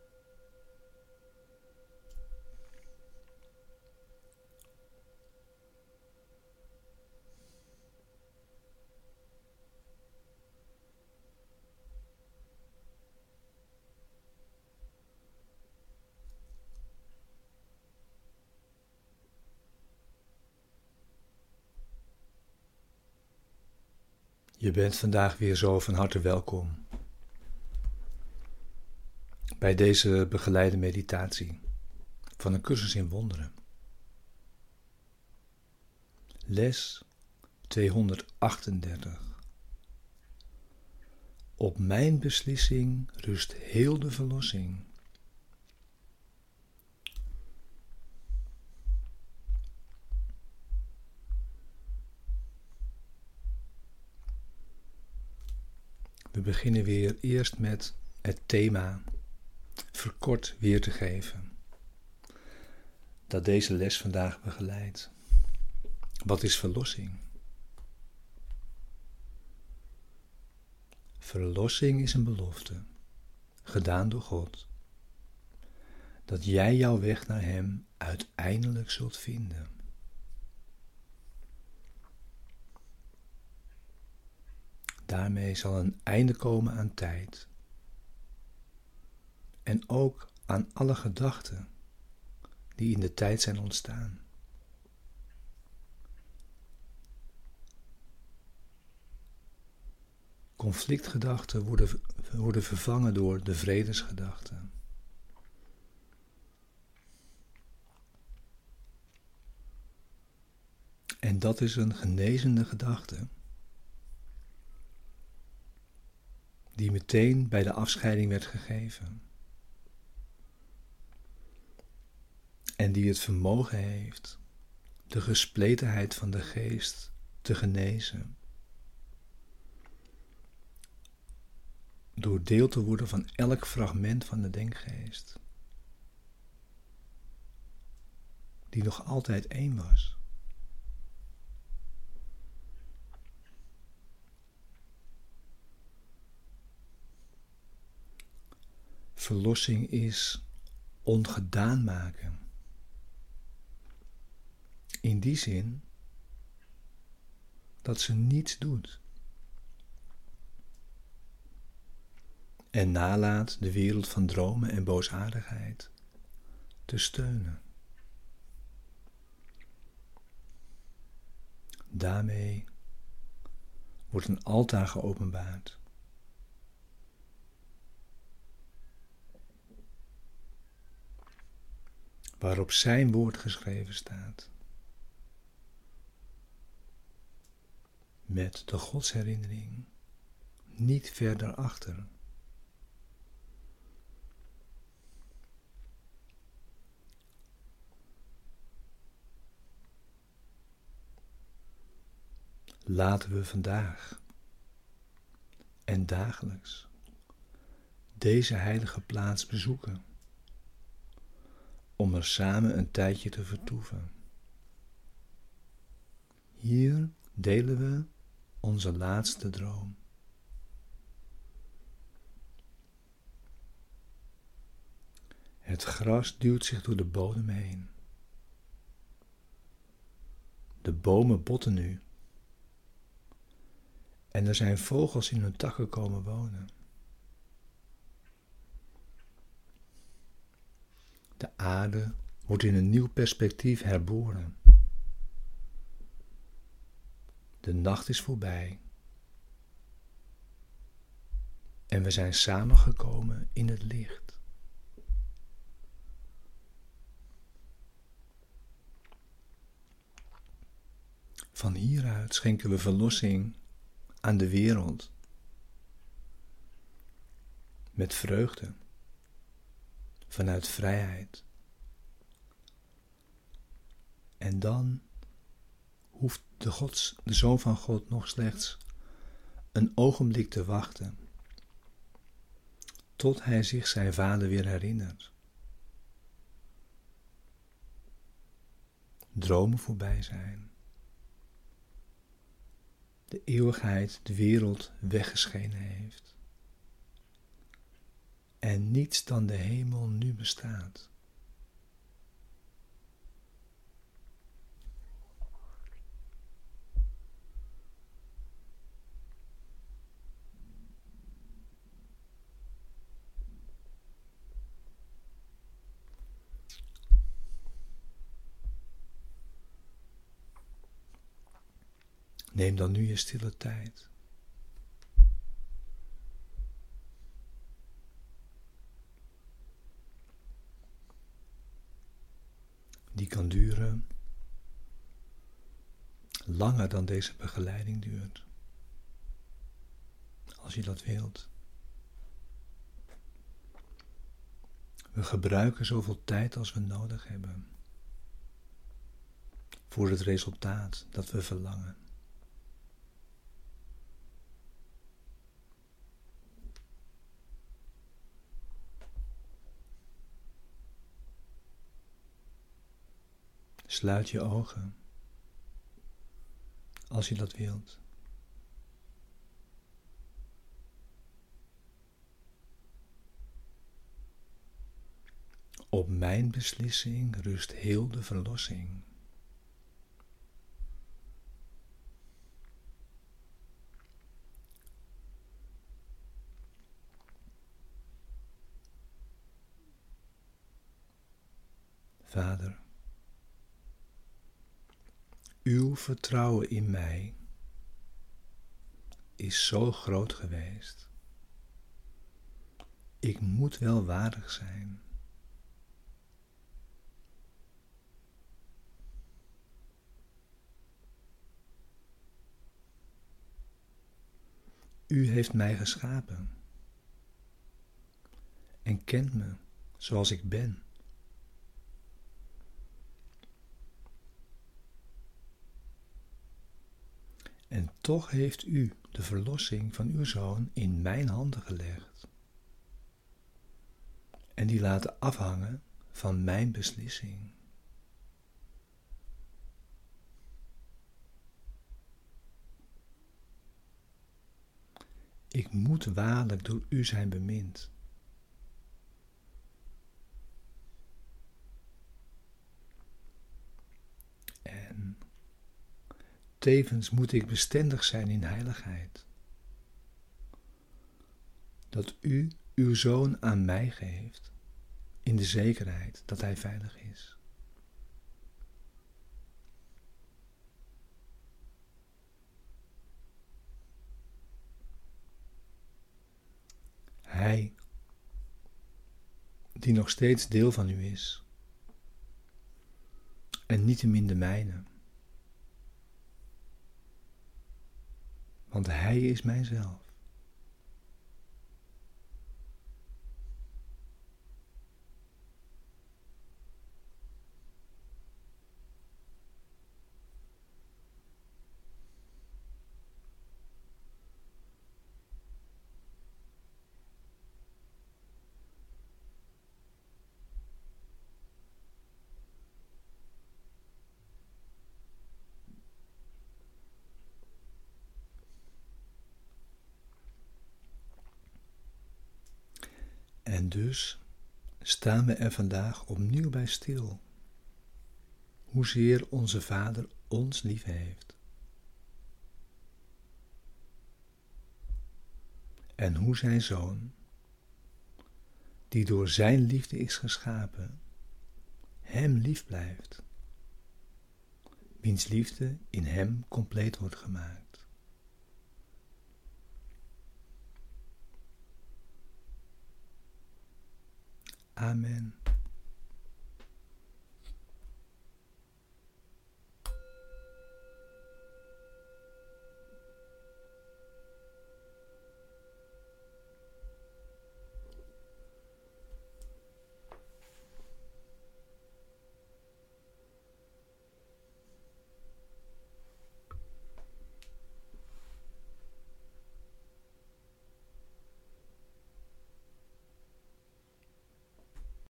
Je bent vandaag weer zo van harte welkom bij deze begeleide meditatie van een cursus in wonderen. Les 238. Op mijn beslissing rust heel de verlossing. We beginnen weer eerst met het thema verkort weer te geven, dat deze les vandaag begeleidt. Wat is verlossing? Verlossing is een belofte, gedaan door God, dat jij jouw weg naar Hem uiteindelijk zult vinden. Daarmee zal een einde komen aan tijd en ook aan alle gedachten die in de tijd zijn ontstaan. Conflictgedachten worden vervangen door de vredesgedachten. En dat is een genezende gedachte die meteen bij de afscheiding werd gegeven. En die het vermogen heeft de gespletenheid van de geest te genezen. Door deel te worden van elk fragment van de denkgeest, die nog altijd één was. Verlossing is ongedaan maken. In die zin dat ze niets doet en nalaat de wereld van dromen en boosaardigheid te steunen. Daarmee wordt een altaar geopenbaard, waarop zijn woord geschreven staat, met de godsherinnering niet verder achter. Laten we vandaag en dagelijks deze heilige plaats bezoeken, om er samen een tijdje te vertoeven. Hier delen we onze laatste droom. Het gras duwt zich door de bodem heen. De bomen botten nu. En er zijn vogels in hun takken komen wonen. De aarde wordt in een nieuw perspectief herboren. De nacht is voorbij. En we zijn samengekomen in het licht. Van hieruit schenken we verlossing aan de wereld. Met vreugde. Vanuit vrijheid. En dan hoeft de Zoon van God nog slechts een ogenblik te wachten, tot hij zich zijn Vader weer herinnert. Dromen voorbij zijn. De eeuwigheid de wereld weggeschenen heeft. en niets dan de hemel nu bestaat. Neem dan nu je stille tijd. Die kan duren langer dan deze begeleiding duurt. Als je dat wilt. We gebruiken zoveel tijd als we nodig hebben. Voor het resultaat dat we verlangen. Sluit je ogen, als je dat wilt. Op mijn beslissing rust heel de verlossing. Vader, uw vertrouwen in mij is zo groot geweest. Ik moet wel waardig zijn. U heeft mij geschapen en kent me zoals ik ben. En toch heeft u de verlossing van uw zoon in mijn handen gelegd. En die laten afhangen van mijn beslissing. Ik moet waarlijk door u zijn bemind. En tevens moet ik bestendig zijn in heiligheid. Dat u uw zoon aan mij geeft, in de zekerheid dat hij veilig is. Hij, die nog steeds deel van u is, en niettemin de mijne. Want hij is mijzelf. En dus staan we er vandaag opnieuw bij stil, hoezeer onze Vader ons lief heeft. En hoe zijn Zoon, die door zijn liefde is geschapen, hem lief blijft, wiens liefde in hem compleet wordt gemaakt. Amen.